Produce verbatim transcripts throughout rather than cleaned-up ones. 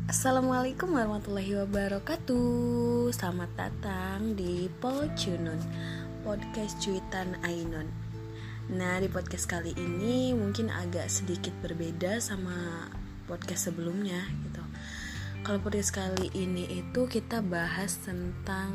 Assalamualaikum warahmatullahi wabarakatuh. Selamat datang di Polcunun, podcast cuitan Ainun. Nah, di podcast kali ini mungkin agak sedikit berbeda sama podcast sebelumnya gitu. Kalau podcast kali ini itu kita bahas tentang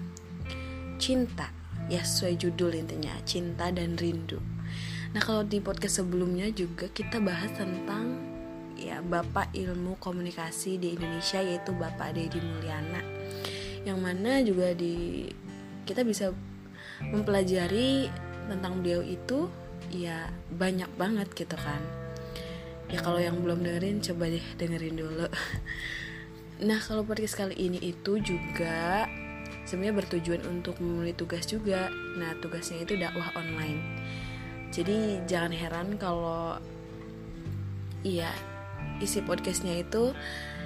cinta, ya sesuai judul intinya, cinta dan rindu. Nah, kalau di podcast sebelumnya juga kita bahas tentang ya Bapak Ilmu Komunikasi di Indonesia, yaitu Bapak Deddy Mulyana, yang mana juga di kita bisa mempelajari tentang beliau itu ya banyak banget gitu kan. Ya kalau yang belum dengerin coba deh dengerin dulu. Nah, kalau podcast kali ini itu juga sebenarnya bertujuan untuk memenuhi tugas juga. Nah, tugasnya itu dakwah online. Jadi jangan heran kalau iya isi podcastnya itu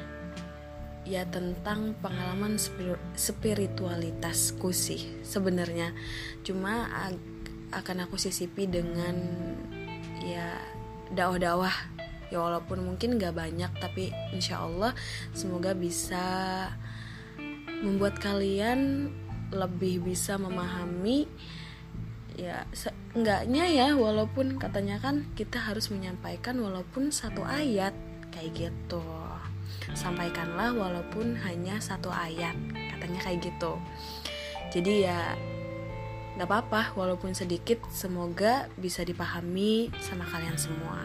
ya tentang pengalaman spiritualitasku sih sebenarnya. Cuma ag- akan aku sisipi dengan ya dakwah-dakwah. Ya walaupun mungkin gak banyak, tapi insya Allah semoga bisa membuat kalian lebih bisa memahami. Ya seenggaknya ya, walaupun katanya kan kita harus menyampaikan walaupun satu ayat kayak gitu. Sampaikanlah walaupun hanya satu ayat, katanya kayak gitu. Jadi ya gak apa-apa walaupun sedikit, semoga bisa dipahami sama kalian semua.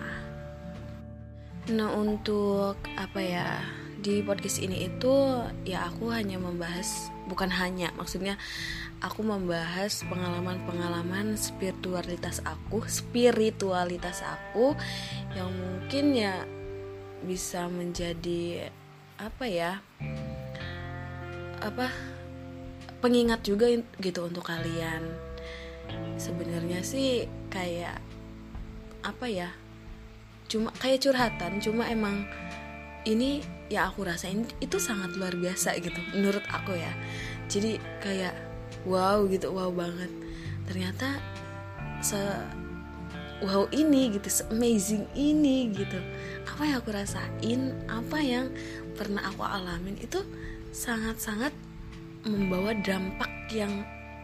Nah, untuk apa ya, di podcast ini itu ya aku hanya membahas, bukan hanya, maksudnya aku membahas pengalaman-pengalaman spiritualitas aku, spiritualitas aku yang mungkin ya bisa menjadi apa ya, apa pengingat juga gitu untuk kalian. Sebenarnya sih kayak apa ya, cuma kayak curhatan, cuma emang ini ya aku rasain itu sangat luar biasa gitu menurut aku ya. Jadi kayak wow gitu, wow banget. Ternyata se wow ini gitu, se amazing ini gitu. Apa yang aku rasain, apa yang pernah aku alamin itu sangat-sangat membawa dampak yang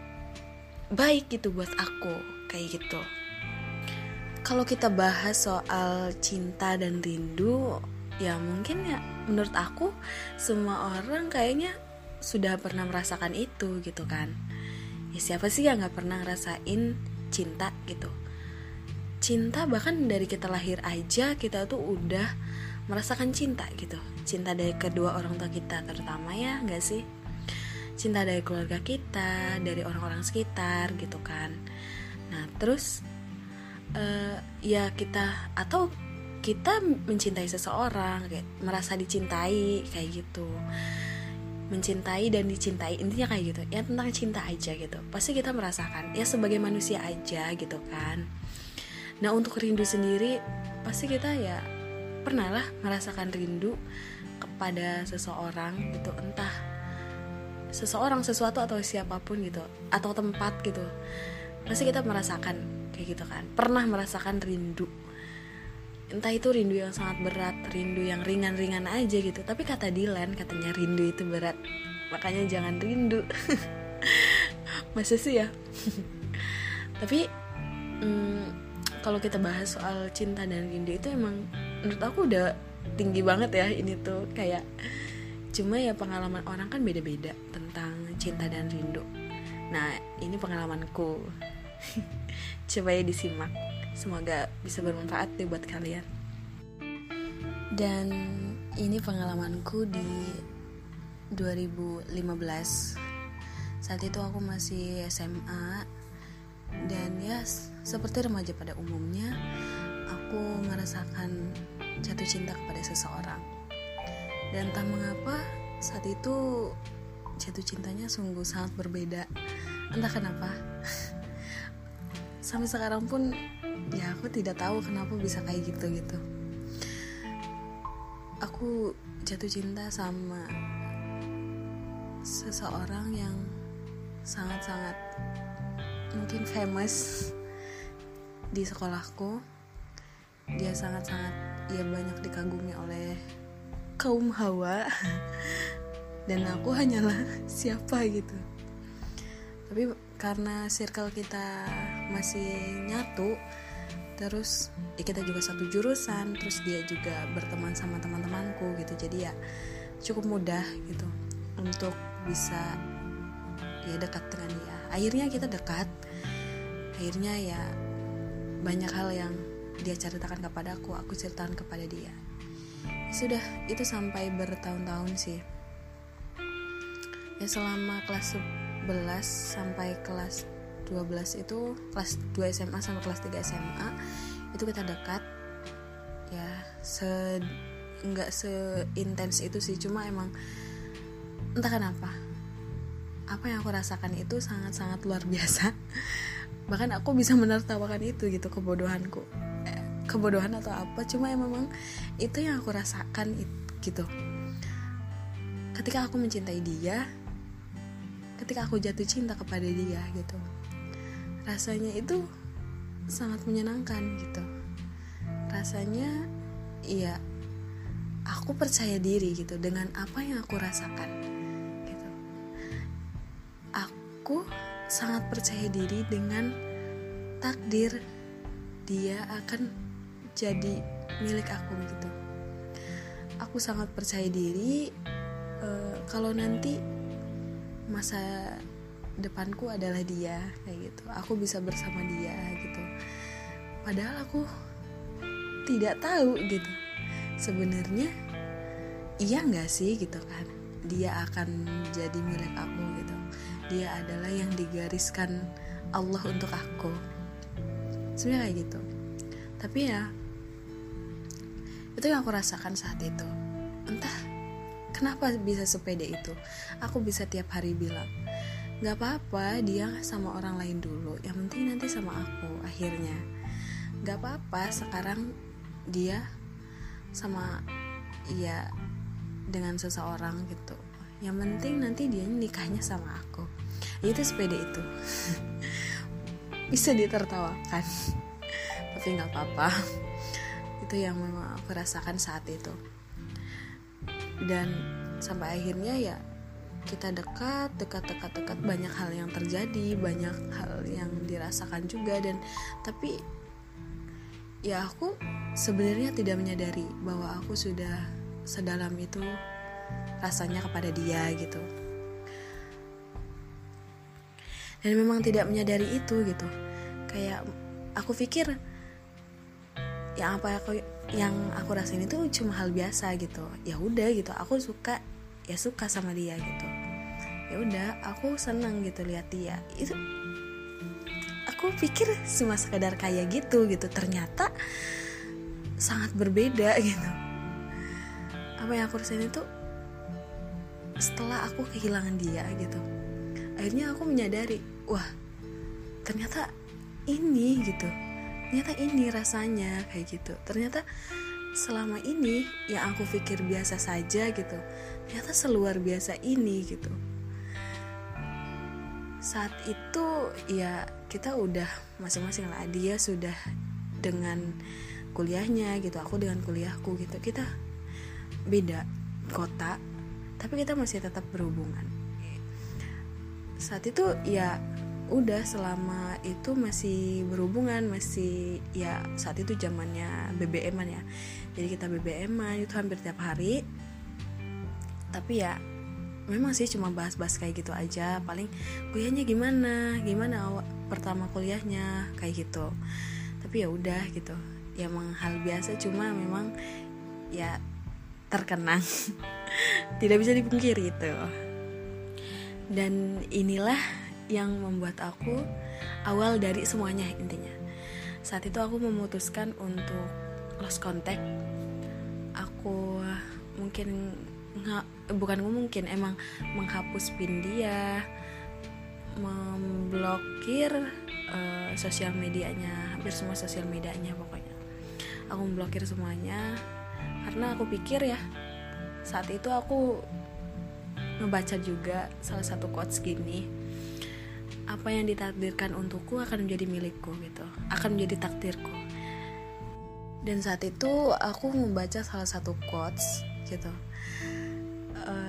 baik gitu buat aku, kayak gitu. Kalau kita bahas soal cinta dan rindu, ya mungkin ya menurut aku semua orang kayaknya sudah pernah merasakan itu gitu kan. Ya siapa sih yang gak pernah ngerasain cinta gitu. Cinta bahkan dari kita lahir aja kita tuh udah merasakan cinta gitu. Cinta dari kedua orang tua kita terutama, ya gak sih? Cinta dari keluarga kita, dari orang-orang sekitar gitu kan. Nah terus uh, ya kita, atau kita mencintai seseorang, kayak merasa dicintai kayak gitu. Mencintai dan dicintai, intinya kayak gitu ya, tentang cinta aja gitu. Pasti kita merasakan ya sebagai manusia aja gitu kan. Nah, untuk rindu sendiri pasti kita ya pernah lah merasakan rindu kepada seseorang gitu, entah seseorang, sesuatu, atau siapapun gitu, atau tempat gitu. Pasti kita merasakan kayak gitu kan, pernah merasakan rindu. Entah itu rindu yang sangat berat, rindu yang ringan-ringan aja gitu. Tapi kata Dilan, katanya rindu itu berat, makanya jangan rindu. Masa sih ya? Tapi hmm, kalau kita bahas soal cinta dan rindu itu emang menurut aku udah tinggi banget ya ini tuh. Kayak cuma ya pengalaman orang kan beda-beda tentang cinta dan rindu. Nah ini pengalamanku. Coba ya disimak, semoga bisa bermanfaat deh buat kalian. Dan ini pengalamanku di dua ribu lima belas. Saat itu aku masih S M A. Dan ya seperti remaja pada umumnya, aku merasakan jatuh cinta kepada seseorang. Dan entah mengapa saat itu jatuh cintanya sungguh sangat berbeda. Entah kenapa. Sampai sekarang pun ya aku tidak tahu kenapa bisa kayak gitu gitu. Aku jatuh cinta sama seseorang yang sangat-sangat mungkin famous di sekolahku. Dia sangat-sangat ya banyak dikagumi oleh kaum Hawa dan aku hanyalah siapa gitu. Tapi karena circle kita masih nyatu, terus ya kita juga satu jurusan, terus dia juga berteman sama teman-temanku gitu, jadi ya cukup mudah gitu untuk bisa ya dekat dengan dia. Akhirnya kita dekat, akhirnya ya banyak hal yang dia ceritakan kepada aku, aku ceritakan kepada dia. Sudah, itu sampai bertahun-tahun sih. Ya selama kelas sebelas sampai kelas dua belas itu, kelas dua S M A sampai kelas tiga S M A itu kita dekat. Ya se enggak seintens itu sih, cuma emang entah kenapa apa yang aku rasakan itu sangat-sangat luar biasa. Bahkan aku bisa menertawakan itu gitu, kebodohanku, eh, kebodohan atau apa, cuma memang itu yang aku rasakan gitu. Ketika aku mencintai dia, ketika aku jatuh cinta kepada dia gitu, rasanya itu sangat menyenangkan gitu. Rasanya iya, aku percaya diri gitu dengan apa yang aku rasakan gitu. Aku sangat percaya diri dengan takdir dia akan jadi milik aku gitu. Aku sangat percaya diri uh, kalau nanti masa depanku adalah dia kayak gitu. Aku bisa bersama dia gitu. Padahal aku tidak tahu gitu. Sebenarnya iya nggak sih gitu kan? Dia akan jadi milik aku gitu. Dia adalah yang digariskan Allah untuk aku. Sebenarnya kayak gitu. Tapi ya itu yang aku rasakan saat itu. Entah kenapa bisa sepede itu. Aku bisa tiap hari bilang, gak apa-apa dia sama orang lain dulu, yang penting nanti sama aku. Akhirnya gak apa-apa sekarang dia sama ya dengan seseorang gitu, yang penting nanti dia nikahnya sama aku. Itu sepede itu. Bisa ditertawakan tapi gak apa-apa. Itu yang memang aku rasakan saat itu. Dan sampai akhirnya ya kita dekat, dekat, dekat, dekat. Banyak hal yang terjadi, banyak hal yang dirasakan juga. Dan tapi ya aku sebenarnya tidak menyadari bahwa aku sudah sedalam itu rasanya kepada dia gitu. Dan memang tidak menyadari itu gitu. Kayak aku pikir yang apa aku yang aku rasain itu cuma hal biasa gitu. Ya udah gitu, aku suka ya suka sama dia gitu. Ya udah, aku senang gitu lihat dia. Itu aku pikir cuma sekedar kayak gitu gitu. Ternyata sangat berbeda gitu. Apa yang aku rasain itu setelah aku kehilangan dia gitu. Akhirnya aku menyadari, wah ternyata ini gitu, ternyata ini rasanya kayak gitu. Ternyata selama ini yang aku pikir biasa saja gitu, ternyata seluar biasa ini gitu. Saat itu ya kita udah masing-masing lah, dia sudah dengan kuliahnya gitu, aku dengan kuliahku gitu. Kita beda kota tapi kita masih tetap berhubungan. Saat itu ya udah, selama itu masih berhubungan, masih ya saat itu zamannya B B M-an ya. Jadi kita B B M-an itu hampir tiap hari. Tapi ya memang sih cuma bahas-bahas kayak gitu aja. Paling kuliahnya gimana, gimana awal pertama kuliahnya kayak gitu. Tapi ya udah gitu. Ya emang hal biasa, cuma memang ya terkenang. Tidak bisa dipungkiri itu. Dan inilah yang membuat aku awal dari semuanya intinya. Saat itu aku memutuskan untuk lost contact. Aku mungkin nggak, bukan mungkin, emang menghapus pin dia, memblokir uh, sosial medianya, hampir semua sosial medianya pokoknya. Aku memblokir semuanya karena aku pikir ya, saat itu aku ngebaca juga salah satu quotes gini, apa yang ditakdirkan untukku akan menjadi milikku gitu, akan menjadi takdirku. Dan saat itu aku membaca salah satu quotes gitu,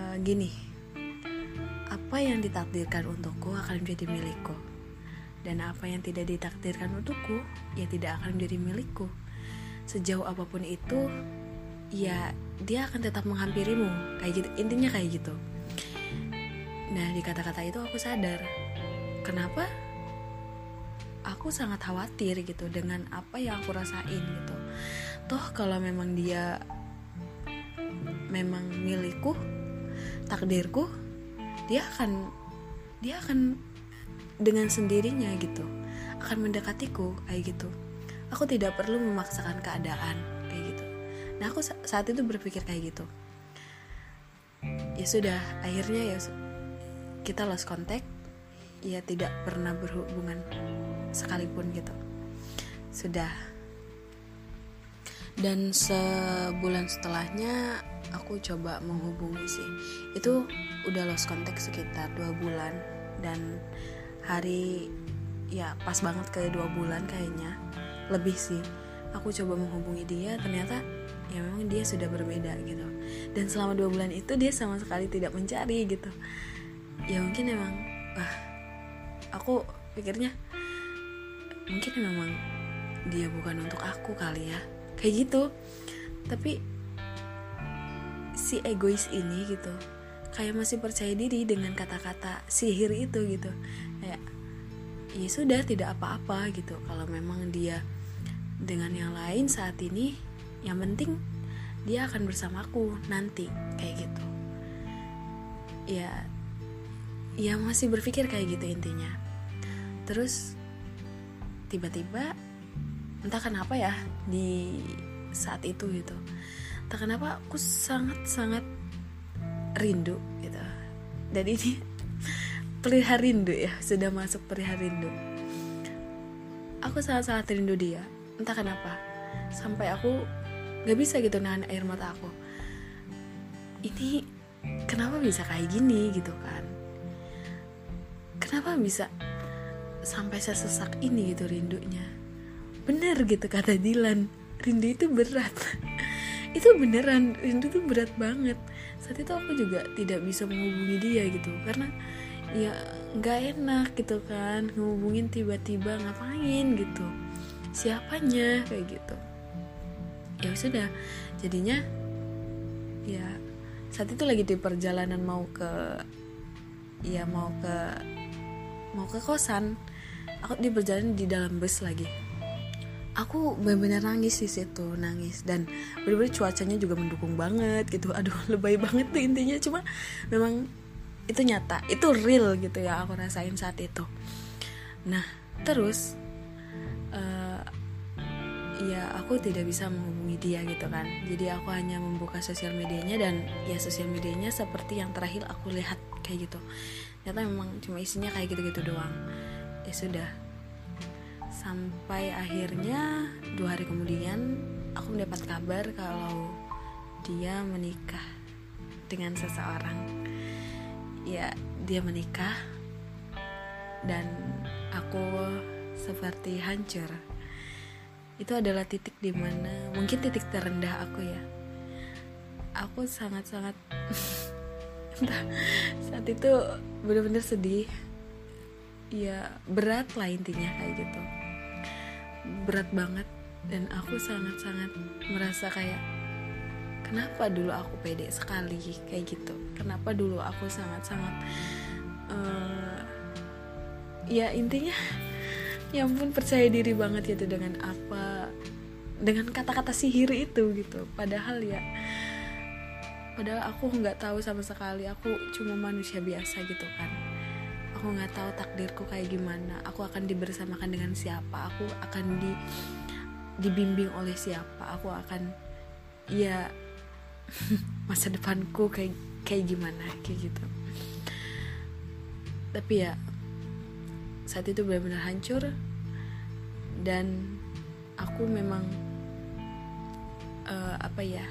uh, gini, apa yang ditakdirkan untukku akan menjadi milikku, dan apa yang tidak ditakdirkan untukku ya tidak akan menjadi milikku. Sejauh apapun itu, ya dia akan tetap menghampirimu, kayak gitu, intinya kayak gitu. Nah, di kata-kata itu aku sadar kenapa aku sangat khawatir gitu dengan apa yang aku rasain gitu. Toh kalau memang dia memang milikku, takdirku, dia akan dia akan dengan sendirinya gitu akan mendekatiku kayak gitu. Aku tidak perlu memaksakan keadaan kayak gitu. Nah, aku saat itu berpikir kayak gitu. Ya sudah, akhirnya ya kita lost contact, ya tidak pernah berhubungan sekalipun gitu. Sudah. Dan sebulan setelahnya aku coba menghubungi sih. Itu udah lost contact sekitar dua bulan. Dan hari ya pas banget ke dua bulan kayaknya, lebih sih, aku coba menghubungi dia, ternyata ya memang dia sudah berbeda gitu. Dan selama dua bulan itu dia sama sekali tidak mencari gitu. Ya mungkin memang wah, aku pikirnya mungkin memang dia bukan untuk aku kali ya, kayak gitu. Tapi si egois ini gitu kayak masih percaya diri dengan kata-kata sihir itu gitu. Kayak ya sudah, tidak apa-apa gitu kalau memang dia dengan yang lain saat ini, yang penting dia akan bersamaku nanti, kayak gitu. Ya ya masih berpikir kayak gitu intinya. Terus tiba-tiba entah kenapa ya di saat itu gitu, entah kenapa aku sangat-sangat rindu gitu. Dan ini perihal rindu ya, sudah masuk perihal rindu. Aku sangat-sangat rindu dia, entah kenapa, sampai aku gak bisa gitu nahan air mata aku. Ini kenapa bisa kayak gini gitu kan? Kenapa bisa sampai sesesak ini gitu rindunya? Bener gitu kata Dilan, rindu itu berat. Itu beneran, rindu itu berat banget. Saat itu aku juga tidak bisa menghubungi dia gitu, karena ya gak enak gitu kan ngehubungin tiba-tiba, ngapain gitu, siapanya, kayak gitu. Ya sudah, jadinya ya saat itu lagi di perjalanan mau ke ya mau ke mau ke kosan. Aku di perjalanan di dalam bus lagi. Aku benar-benar nangis di situ, nangis, dan benar-benar cuacanya juga mendukung banget gitu. Aduh, lebay banget tuh intinya, cuma memang itu nyata, itu real gitu ya aku rasain saat itu. Nah, terus uh, ya aku tidak bisa menghubungi dia gitu kan. Jadi aku hanya membuka sosial medianya, dan ya sosial medianya seperti yang terakhir aku lihat kayak gitu. Ternyata memang cuma isinya kayak gitu-gitu doang. Ya sudah, sampai akhirnya dua hari kemudian aku mendapat kabar kalau dia menikah dengan seseorang. Ya, dia menikah, dan aku seperti hancur. Itu adalah titik dimana mungkin titik terendah aku ya. Aku sangat-sangat saat itu benar-benar sedih. Ya berat lah intinya kayak gitu. Berat banget, dan aku sangat-sangat merasa kayak kenapa dulu aku pede sekali kayak gitu. Kenapa dulu aku sangat-sangat uh, ya intinya ya ampun, percaya diri banget gitu dengan apa, dengan kata-kata sihir itu gitu. Padahal ya padahal aku nggak tahu sama sekali. Aku cuma manusia biasa gitu kan. Aku nggak tahu takdirku kayak gimana, aku akan dibersamakan dengan siapa, aku akan di dibimbing oleh siapa, aku akan ya masa depanku kayak kayak gimana kayak gitu. Tapi ya saat itu benar-benar hancur, dan aku memang uh, apa ya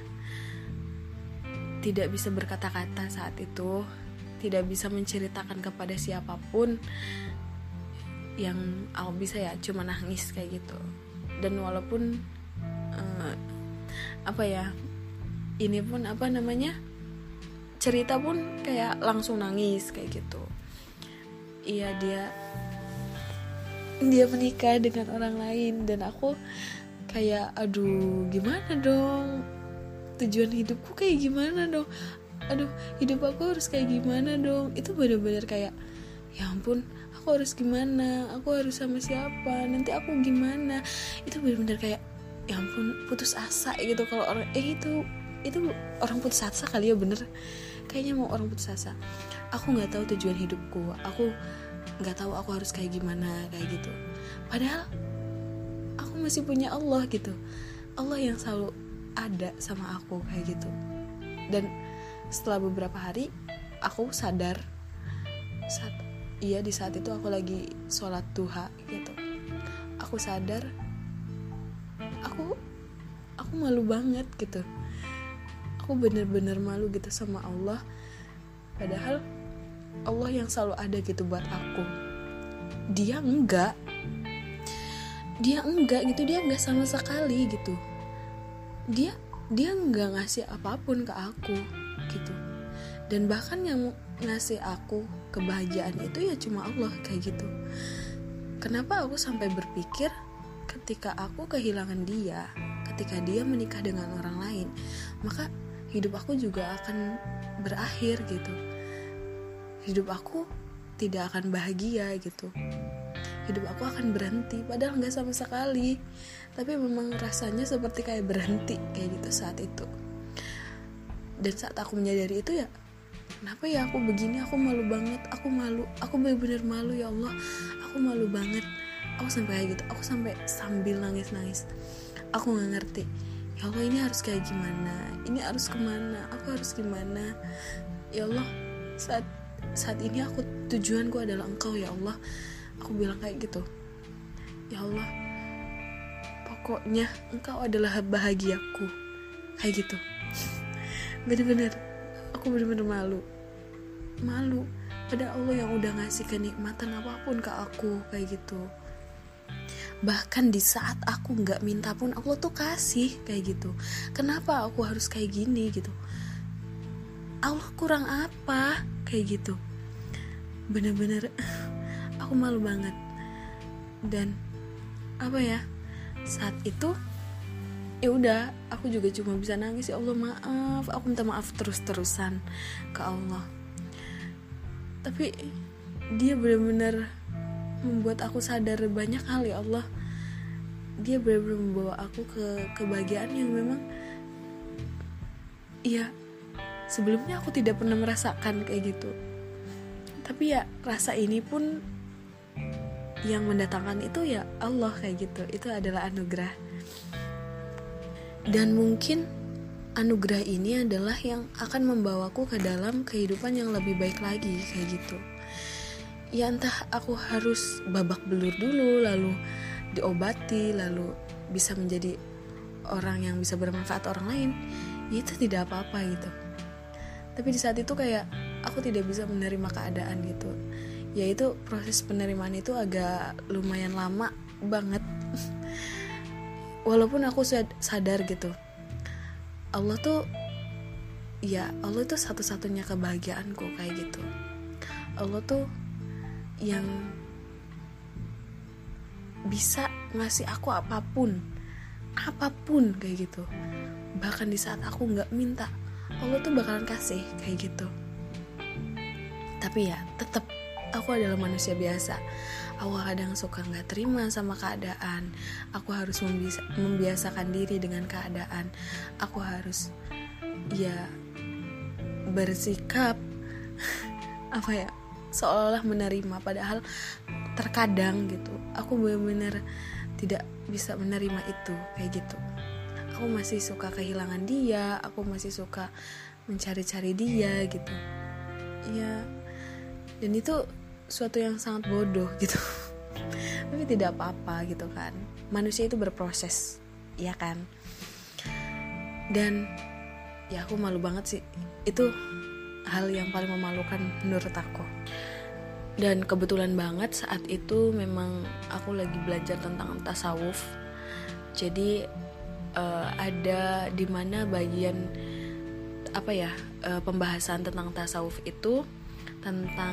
tidak bisa berkata-kata saat itu, tidak bisa menceritakan kepada siapapun. Yang aku bisa ya cuma nangis kayak gitu. Dan walaupun uh, apa ya ini pun apa namanya cerita pun kayak langsung nangis kayak gitu. Iya, dia dia menikah dengan orang lain dan aku kayak aduh gimana dong, tujuan hidupku kayak gimana dong, aduh hidup aku harus kayak gimana dong. Itu benar-benar kayak ya ampun, aku harus gimana, aku harus sama siapa, nanti aku gimana. Itu benar-benar kayak ya ampun, putus asa gitu. Kalau orang eh itu itu orang putus asa kali ya, bener kayaknya mau orang putus asa. Aku nggak tahu tujuan hidupku, aku nggak tahu aku harus kayak gimana kayak gitu. Padahal aku masih punya Allah gitu, Allah yang selalu ada sama aku kayak gitu. Dan setelah beberapa hari aku sadar, saat iya di saat itu aku lagi sholat duha gitu, aku sadar aku aku malu banget gitu. Aku bener-bener malu gitu sama Allah, padahal Allah yang selalu ada gitu buat aku. Dia enggak dia enggak gitu, dia enggak sama sekali gitu. Dia dia enggak ngasih apapun ke aku gitu. Dan bahkan yang ngasih aku kebahagiaan itu ya cuma Allah kayak gitu. Kenapa aku sampai berpikir ketika aku kehilangan dia, ketika dia menikah dengan orang lain, maka hidup aku juga akan berakhir gitu. Hidup aku tidak akan bahagia gitu. Hidup aku akan berhenti, padahal gak sama sekali. Tapi memang rasanya seperti kayak berhenti kayak gitu saat itu. Dan saat aku menyadari itu ya, kenapa ya aku begini, aku malu banget, aku malu, aku benar-benar malu ya Allah, aku malu banget. Aku sampai kayak gitu, aku sampai sambil nangis-nangis. Aku gak ngerti, ya Allah ini harus kayak gimana, ini harus kemana, aku harus gimana. Ya Allah, saat saat ini aku tujuanku adalah Engkau ya Allah. Aku bilang kayak gitu, ya Allah, pokoknya Engkau adalah bahagiaku kayak gitu. Bener-bener aku bener-bener malu malu pada Allah yang udah ngasih kenikmatan apapun ke aku kayak gitu. Bahkan di saat aku gak minta pun Allah tuh kasih kayak gitu. Kenapa aku harus kayak gini gitu? Allah kurang apa kayak gitu. Bener-bener aku malu banget. Dan apa ya, saat itu ya udah aku juga cuma bisa nangis, ya Allah maaf, aku minta maaf terus-terusan ke Allah. Tapi dia benar-benar membuat aku sadar banyak hal ya Allah. Dia benar-benar membawa aku ke kebahagiaan yang memang ya sebelumnya aku tidak pernah merasakan kayak gitu. Tapi ya rasa ini pun yang mendatangkan itu ya Allah kayak gitu. Itu adalah anugerah. Dan mungkin anugerah ini adalah yang akan membawaku ke dalam kehidupan yang lebih baik lagi kayak gitu. Ya entah aku harus babak belur dulu, lalu diobati, lalu bisa menjadi orang yang bisa bermanfaat orang lain, ya itu tidak apa-apa gitu. Tapi di saat itu kayak aku tidak bisa menerima keadaan gitu. Yaitu proses penerimaan itu agak lumayan lama banget. Walaupun aku sadar gitu, Allah tuh ya Allah tuh satu-satunya kebahagiaanku kayak gitu. Allah tuh yang bisa ngasih aku apapun apapun kayak gitu. Bahkan di saat aku gak minta, Allah tuh bakalan kasih kayak gitu. Tapi ya tetap aku adalah manusia biasa. Aku kadang suka gak terima sama keadaan. Aku harus membiasa, membiasakan diri dengan keadaan. Aku harus ya bersikap apa ya, seolah-olah menerima. Padahal terkadang gitu aku benar-benar tidak bisa menerima itu kayak gitu. Aku masih suka kehilangan dia. Aku masih suka mencari-cari dia gitu ya. Dan itu suatu yang sangat bodoh gitu. Tapi tidak apa-apa gitu kan. Manusia itu berproses, ya kan. Dan ya aku malu banget sih. Itu hal yang paling memalukan menurut aku. Dan kebetulan banget saat itu memang aku lagi belajar tentang tasawuf. Jadi uh, ada di mana bagian apa ya uh, pembahasan tentang tasawuf itu tentang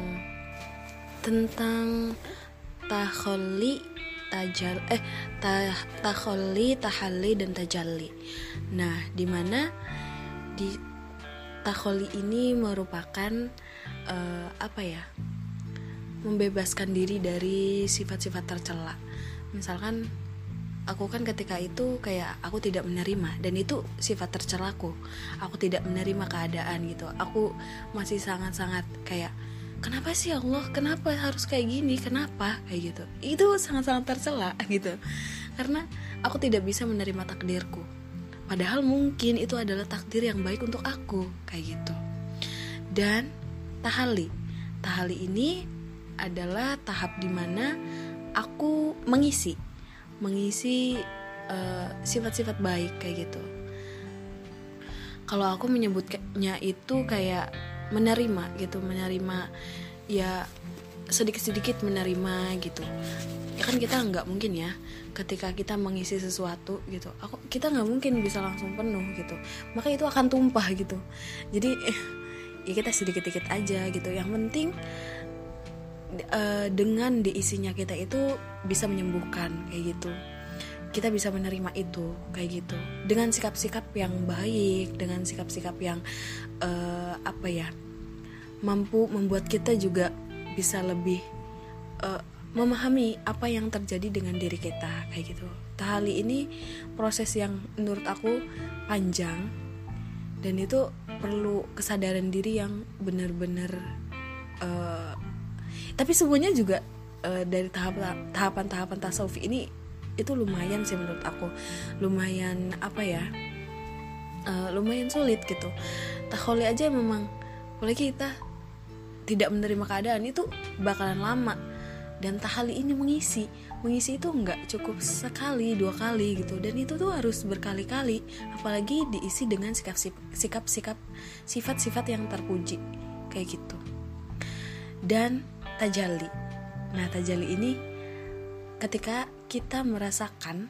tentang takhalli tajal eh ta, takhalli tahalli dan tajalli. Nah, di mana di takhalli ini merupakan uh, apa ya membebaskan diri dari sifat-sifat tercela. Misalkan aku kan ketika itu kayak aku tidak menerima, dan itu sifat tercelaku. Aku tidak menerima keadaan gitu. Aku masih sangat-sangat kayak, kenapa sih Allah? Kenapa harus kayak gini? Kenapa? Kayak gitu. Itu sangat-sangat tercela gitu. Karena aku tidak bisa menerima takdirku. Padahal mungkin itu adalah takdir yang baik untuk aku, kayak gitu. Dan tahalli. Tahalli ini adalah tahap dimana aku mengisi mengisi uh, sifat-sifat baik kayak gitu. Kalau aku menyebutnya itu kayak menerima gitu, menerima ya sedikit-sedikit menerima gitu. Ya kan kita nggak mungkin ya ketika kita mengisi sesuatu gitu, aku kita nggak mungkin bisa langsung penuh gitu, maka itu akan tumpah gitu. Jadi eh, ya kita sedikit-sedikit aja gitu. Yang penting Uh, dengan diisinya kita itu bisa menyembuhkan kayak gitu. Kita bisa menerima itu kayak gitu dengan sikap-sikap yang baik, dengan sikap-sikap yang uh, apa ya mampu membuat kita juga bisa lebih uh, memahami apa yang terjadi dengan diri kita kayak gitu. Tahalli ini proses yang menurut aku panjang, dan itu perlu kesadaran diri yang benar-benar uh, tapi semuanya juga uh, dari tahap tahapan-tahapan tasawuf ini itu lumayan sih menurut aku, lumayan apa ya uh, lumayan sulit gitu. Takhalli aja memang, apalagi kita tidak menerima keadaan, itu bakalan lama. Dan tahalli ini mengisi mengisi itu nggak cukup sekali dua kali gitu, dan itu tuh harus berkali-kali, apalagi diisi dengan sikap-sikap sifat-sifat yang terpuji kayak gitu. Dan tajalli. Nah, tajalli ini ketika kita merasakan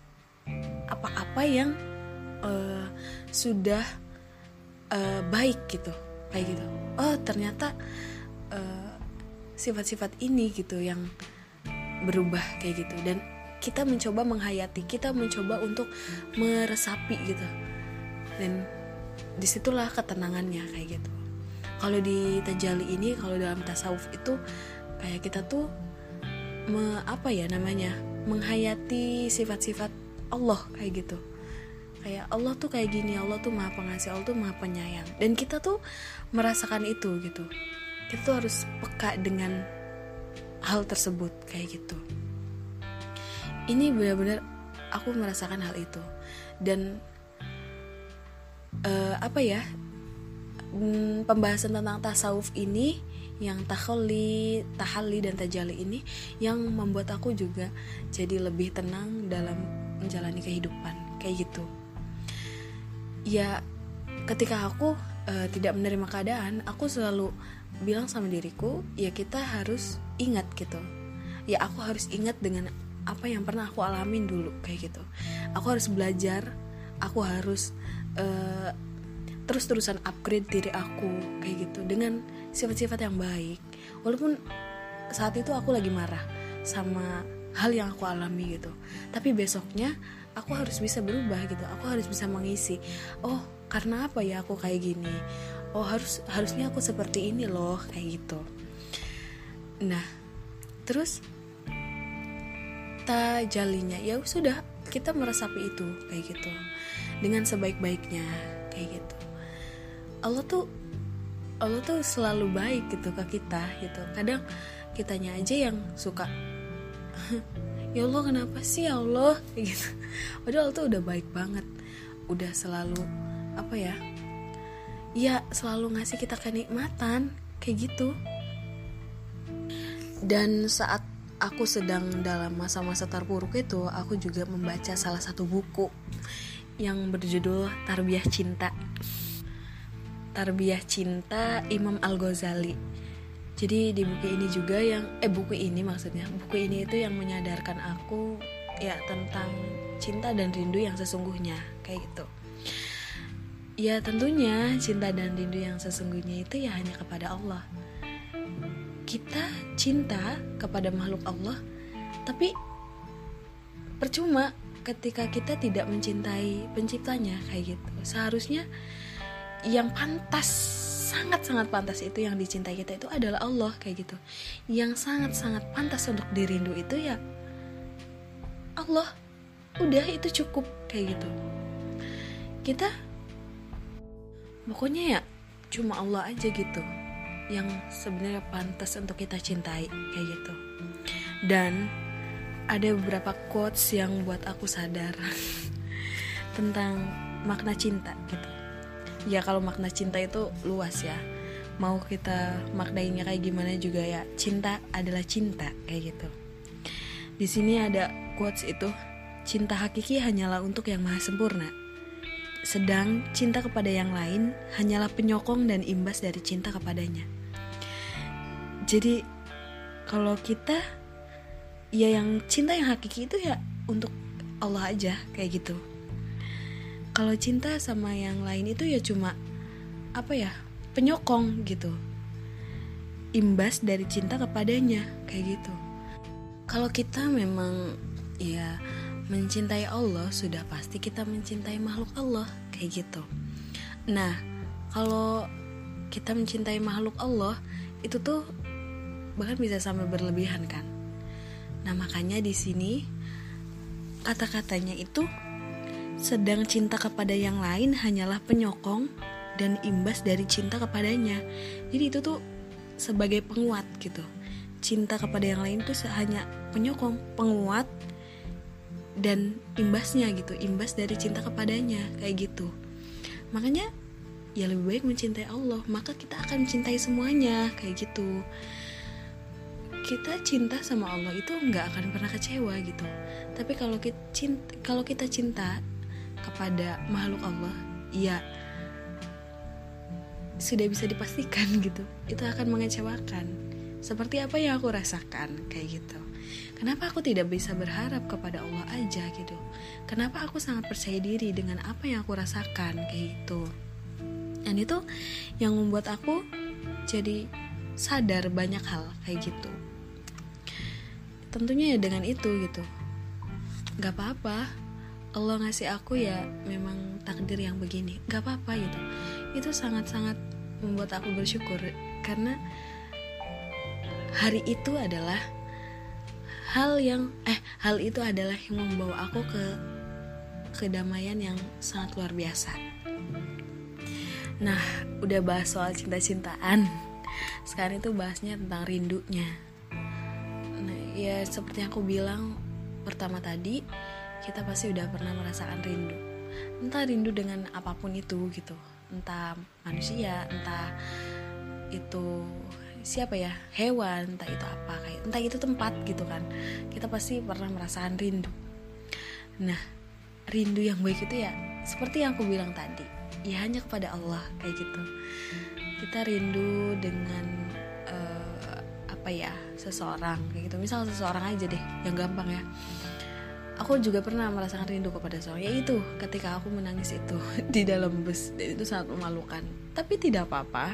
apa-apa yang uh, sudah uh, baik gitu, kayak gitu. Oh, ternyata uh, sifat-sifat ini gitu yang berubah kayak gitu, dan kita mencoba menghayati, kita mencoba untuk meresapi gitu, dan disitulah ketenangannya kayak gitu. Kalau di tajalli ini, kalau dalam tasawuf itu kayak kita tuh me, apa ya namanya menghayati sifat-sifat Allah kayak gitu. Kayak Allah tuh kayak gini, Allah tuh maha pengasih, Allah tuh maha penyayang, dan kita tuh merasakan itu gitu. Kita tuh harus peka dengan hal tersebut kayak gitu. Ini benar-benar aku merasakan hal itu. Dan uh, apa ya pembahasan tentang tasawuf ini, yang takhalli, tahalli dan tajalli ini yang membuat aku juga jadi lebih tenang dalam menjalani kehidupan kayak gitu. Ya, ketika aku uh, tidak menerima keadaan, aku selalu bilang sama diriku, ya kita harus ingat gitu. Ya aku harus ingat dengan apa yang pernah aku alamin dulu kayak gitu. Aku harus belajar, aku harus uh, terus-terusan upgrade diri aku kayak gitu dengan sifat-sifat yang baik. Walaupun saat itu aku lagi marah sama hal yang aku alami gitu, tapi besoknya aku harus bisa berubah gitu. Aku harus bisa mengisi, oh karena apa ya aku kayak gini, oh harus harusnya aku seperti ini loh kayak gitu. Nah terus tajallinya ya sudah, kita meresapi itu kayak gitu dengan sebaik-baiknya kayak gitu. Allah tuh Allah tuh selalu baik gitu ke kita gitu. Kadang kitanya aja yang suka ya Allah kenapa sih ya Allah gitu. Padahal Allah tuh udah baik banget, udah selalu apa ya ya selalu ngasih kita kenikmatan kayak gitu. Dan saat aku sedang dalam masa-masa terpuruk itu, aku juga membaca salah satu buku yang berjudul Tarbiyah Cinta. Tarbiyah Cinta Imam Al-Ghazali. Jadi di buku ini juga yang eh buku ini maksudnya buku ini itu yang menyadarkan aku ya tentang cinta dan rindu yang sesungguhnya kayak gitu. ya tentunya cinta dan rindu yang sesungguhnya itu ya hanya kepada Allah. Kita cinta kepada makhluk Allah, tapi percuma ketika kita tidak mencintai penciptanya kayak gitu. Seharusnya yang pantas, sangat-sangat pantas itu yang dicintai kita itu adalah Allah kayak gitu. Yang sangat-sangat pantas untuk dirindu itu ya Allah. Udah, itu cukup kayak gitu. Kita pokoknya ya cuma Allah aja gitu yang sebenarnya pantas untuk kita cintai kayak gitu. Dan ada beberapa quotes yang buat aku sadar tentang makna cinta gitu. Ya kalau makna cinta itu luas ya, mau kita maknainya kayak gimana juga ya, cinta adalah cinta kayak gitu. Di sini ada quotes itu, cinta hakiki hanyalah untuk yang maha sempurna, sedang cinta kepada yang lain hanyalah penyokong dan imbas dari cinta kepadanya. Jadi kalau kita ya yang cinta yang hakiki itu ya untuk Allah aja kayak gitu. Kalau cinta sama yang lain itu ya cuma apa ya, penyokong gitu, imbas dari cinta kepadanya kayak gitu. Kalau kita memang ya mencintai Allah, sudah pasti kita mencintai makhluk Allah kayak gitu. Nah, kalau kita mencintai makhluk Allah itu tuh bahkan bisa sampai berlebihan kan. Nah, makanya di sini kata-katanya itu sedang cinta kepada yang lain hanyalah penyokong dan imbas dari cinta kepadanya. Jadi itu tuh sebagai penguat gitu. Cinta kepada yang lain tuh hanya penyokong, penguat dan imbasnya gitu, imbas dari cinta kepadanya kayak gitu. Makanya ya lebih baik mencintai Allah, maka kita akan mencintai semuanya kayak gitu. Kita cinta sama Allah itu nggak akan pernah kecewa gitu. Tapi kalau kita cinta, kalau kita cinta kepada makhluk Allah, ya sudah bisa dipastikan gitu, itu akan mengecewakan. Seperti apa yang aku rasakan kayak gitu. Kenapa aku tidak bisa berharap kepada Allah aja gitu? Kenapa aku sangat percaya diri dengan apa yang aku rasakan kayak gitu? Dan itu yang membuat aku jadi sadar banyak hal kayak gitu. Tentunya ya dengan itu gitu, gak apa-apa Allah ngasih aku ya memang takdir yang begini, gak apa-apa gitu. Itu sangat-sangat membuat aku bersyukur, karena hari itu adalah hal yang eh hal itu adalah yang membawa aku ke kedamaian yang sangat luar biasa. Nah, udah bahas soal cinta-cintaan, sekarang itu bahasnya tentang rindunya. Ya seperti yang aku bilang pertama tadi, kita pasti udah pernah merasakan rindu. Entah rindu dengan apapun itu gitu, entah manusia, entah itu siapa ya, hewan, entah itu apa, kayak entah itu tempat gitu kan. Kita pasti pernah merasakan rindu. Nah, rindu yang baik itu ya seperti yang aku bilang tadi, ya hanya kepada Allah kayak gitu. Kita rindu dengan uh, apa ya, seseorang kayak gitu. Misal seseorang aja deh yang gampang ya, aku juga pernah merasakan rindu kepada seseorang, yaitu ketika aku menangis itu di dalam bus, dan itu sangat memalukan. Tapi tidak apa-apa,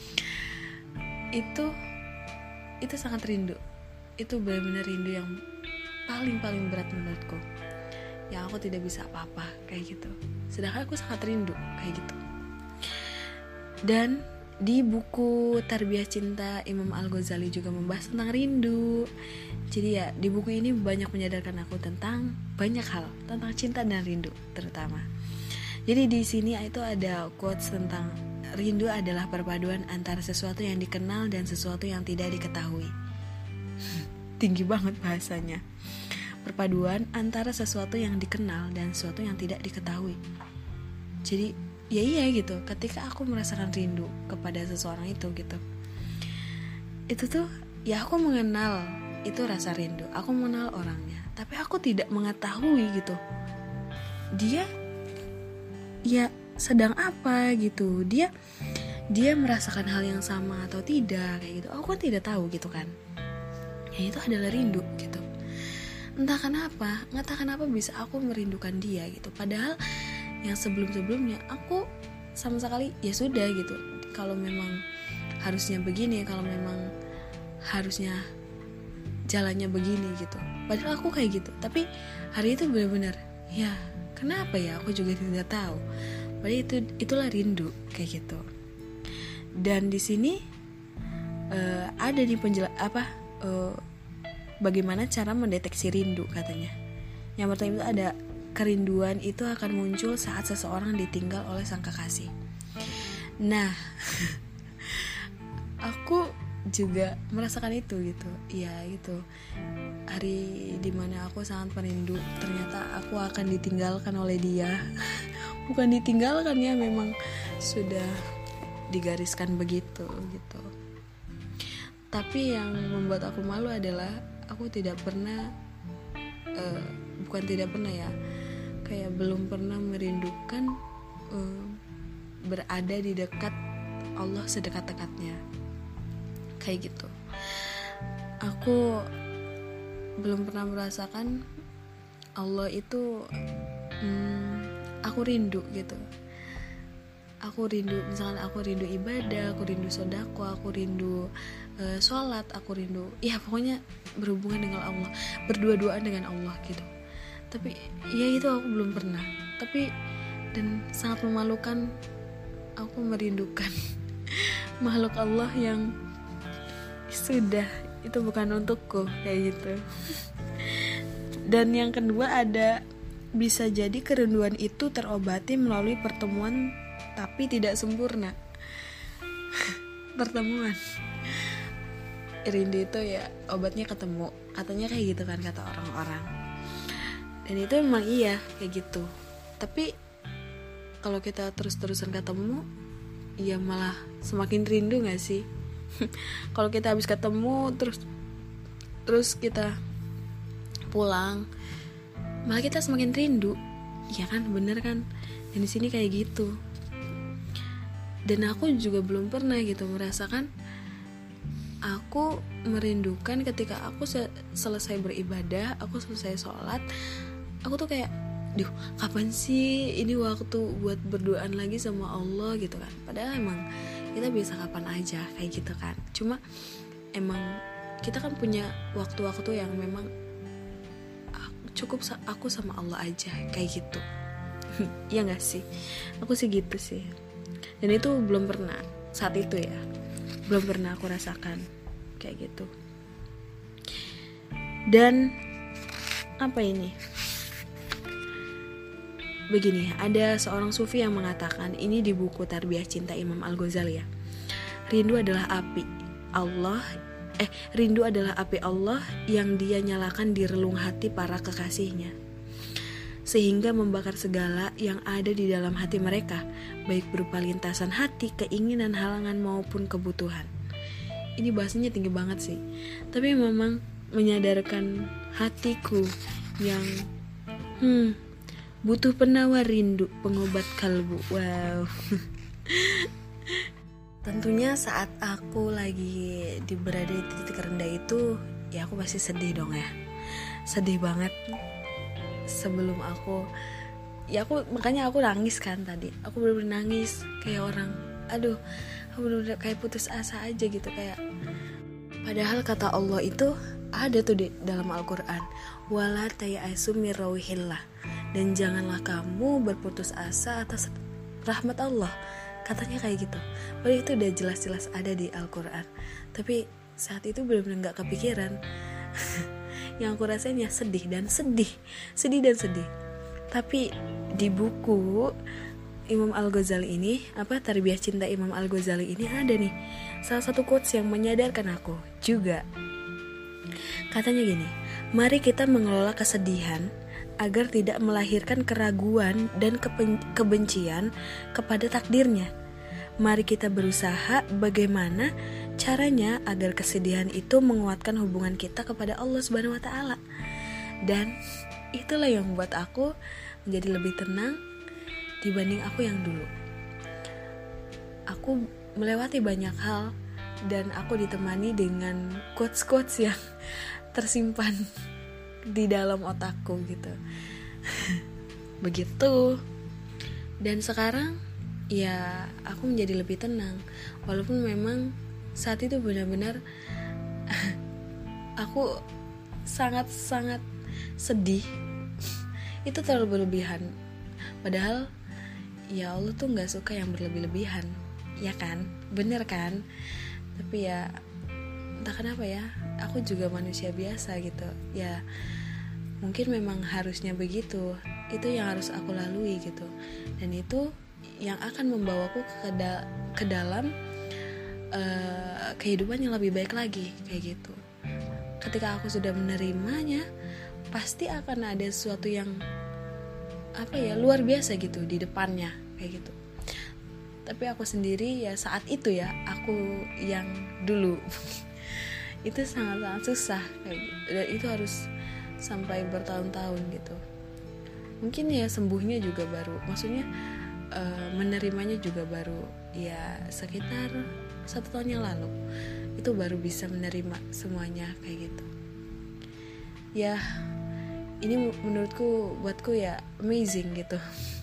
itu itu sangat rindu. Itu benar-benar rindu yang paling-paling berat menurutku, yang aku tidak bisa apa-apa kayak gitu. Sedangkan aku sangat rindu kayak gitu. Dan di buku Tarbiyah Cinta, Imam Al-Ghazali juga membahas tentang rindu. Jadi ya di buku ini banyak menyadarkan aku tentang banyak hal, tentang cinta dan rindu terutama. Jadi di sini itu ada quotes tentang rindu adalah perpaduan antara sesuatu yang dikenal dan sesuatu yang tidak diketahui. Tinggi banget bahasanya. Perpaduan antara sesuatu yang dikenal dan sesuatu yang tidak diketahui. Jadi ya iya gitu, ketika aku merasakan rindu kepada seseorang itu gitu, itu tuh ya aku mengenal itu rasa rindu, aku mengenal orangnya, tapi aku tidak mengetahui gitu dia ya sedang apa gitu, dia dia merasakan hal yang sama atau tidak kayak gitu, aku kan tidak tahu gitu kan. Ya itu adalah rindu gitu. Entah kenapa, entah kenapa bisa aku merindukan dia gitu, padahal yang sebelum-sebelumnya aku sama sekali ya sudah gitu. Kalau memang harusnya begini, kalau memang harusnya jalannya begini gitu. Padahal aku kayak gitu. Tapi hari itu benar-benar ya kenapa ya aku juga tidak tahu. Padahal itu itulah rindu kayak gitu. Dan di sini uh, ada di penjela apa uh, bagaimana cara mendeteksi rindu katanya. Yang pertama itu ada kerinduan itu akan muncul saat seseorang ditinggal oleh sang kekasih. Nah, aku juga merasakan itu gitu. Iya gitu. Hari dimana aku sangat merindu, ternyata aku akan ditinggalkan oleh dia. Bukan ditinggalkan ya, memang sudah digariskan begitu gitu. Tapi yang membuat aku malu adalah aku tidak pernah uh, bukan tidak pernah ya, kayak belum pernah merindukan uh, berada di dekat Allah sedekat-dekatnya kayak gitu. Aku belum pernah merasakan Allah itu hmm, aku rindu gitu. Aku rindu, misalkan aku rindu ibadah, aku rindu sodako, aku rindu uh, sholat, aku rindu, ya pokoknya berhubungan dengan Allah, berdua-duaan dengan Allah gitu. Tapi ya itu aku belum pernah. Tapi dan sangat memalukan, aku merindukan makhluk Allah yang sudah itu bukan untukku kayak gitu. Dan yang kedua ada bisa jadi kerinduan itu terobati melalui pertemuan tapi tidak sempurna. Pertemuan rindu itu ya obatnya ketemu, katanya kayak gitu kan kata orang-orang. Dan itu memang iya kayak gitu. Tapi kalau kita terus-terusan ketemu, ya malah semakin rindu gak sih? Kalau kita habis ketemu terus terus kita pulang, malah kita semakin rindu. Ya kan, bener kan? Dan di sini kayak gitu. Dan aku juga belum pernah gitu merasakan aku merindukan ketika aku se- selesai beribadah, aku selesai sholat, aku tuh kayak, duh kapan sih ini waktu buat berduaan lagi sama Allah gitu kan. Padahal emang kita bisa kapan aja kayak gitu kan. Cuma emang kita kan punya waktu-waktu yang memang cukup aku sama Allah aja kayak gitu. Iya gak sih? Aku sih gitu sih. Dan itu belum pernah saat itu ya, belum pernah aku rasakan kayak gitu. Dan apa ini? Begini, ada seorang sufi yang mengatakan, ini di buku Tarbiyah Cinta Imam Al-Ghazali ya. Rindu adalah api Allah, eh rindu adalah api Allah yang Dia nyalakan di relung hati para kekasihnya, sehingga membakar segala yang ada di dalam hati mereka, baik berupa lintasan hati, keinginan, halangan maupun kebutuhan. Ini bahasanya tinggi banget sih, tapi memang menyadarkan hatiku yang hmm, butuh penawar rindu, pengobat kalbu. Wow. Tentunya saat aku lagi di berada di titik rendah itu, ya aku pasti sedih dong ya, sedih banget. Sebelum aku ya aku makanya aku nangis kan tadi, aku bener-bener nangis kayak orang, aduh aku bener-bener kayak putus asa aja gitu. Kayak padahal kata Allah itu ada tuh di dalam Al-Quran, wala tayasu mir rauhillah, dan janganlah kamu berputus asa atas rahmat Allah, katanya kayak gitu. Padahal itu udah jelas-jelas ada di Al-Quran, tapi saat itu benar-benar gak kepikiran. Yang aku rasain ya sedih dan sedih, sedih dan sedih. Tapi di buku Imam Al-Ghazali ini, apa Tarbiyah Cinta Imam Al-Ghazali ini ada nih salah satu quotes yang menyadarkan aku juga. Katanya gini, mari kita mengelola kesedihan agar tidak melahirkan keraguan dan kepen- kebencian kepada takdirnya. Mari kita berusaha bagaimana caranya agar kesedihan itu menguatkan hubungan kita kepada Allah Subhanahu wa taala. Dan itulah yang membuat aku menjadi lebih tenang dibanding aku yang dulu. Aku melewati banyak hal dan aku ditemani dengan quotes-quotes yang tersimpan di dalam otakku gitu. Begitu. Dan sekarang ya aku menjadi lebih tenang. Walaupun memang saat itu benar-benar aku sangat-sangat sedih. Itu terlalu berlebihan. Padahal ya Allah tuh gak suka yang berlebih-lebihan, ya kan? Bener kan? Tapi ya entah kenapa ya, aku juga manusia biasa gitu. Ya mungkin memang harusnya begitu. Itu yang harus aku lalui gitu. Dan itu yang akan membawaku ke, da- ke dalam uh, kehidupan yang lebih baik lagi, kayak gitu. Ketika aku sudah menerimanya, pasti akan ada sesuatu yang apa ya, luar biasa gitu di depannya, kayak gitu. Tapi aku sendiri ya saat itu ya, aku yang dulu itu sangat-sangat susah kayak gitu. Dan itu harus sampai bertahun-tahun gitu. Mungkin ya sembuhnya juga baru, maksudnya uh, menerimanya juga baru ya sekitar satu tahun yang lalu. Itu baru bisa menerima semuanya kayak gitu. Ya ini menurutku, buatku ya amazing gitu.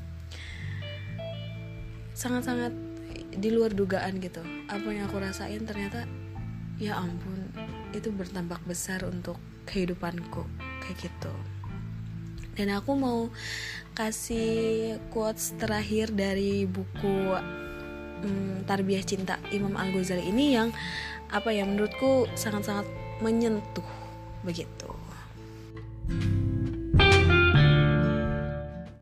Sangat-sangat di luar dugaan gitu. Apa yang aku rasain ternyata ya ampun, itu berdampak besar untuk kehidupanku kayak gitu. Dan aku mau kasih quotes terakhir dari buku hmm, Tarbiyah Cinta Imam Al-Ghazali ini yang apa ya, menurutku sangat-sangat menyentuh begitu.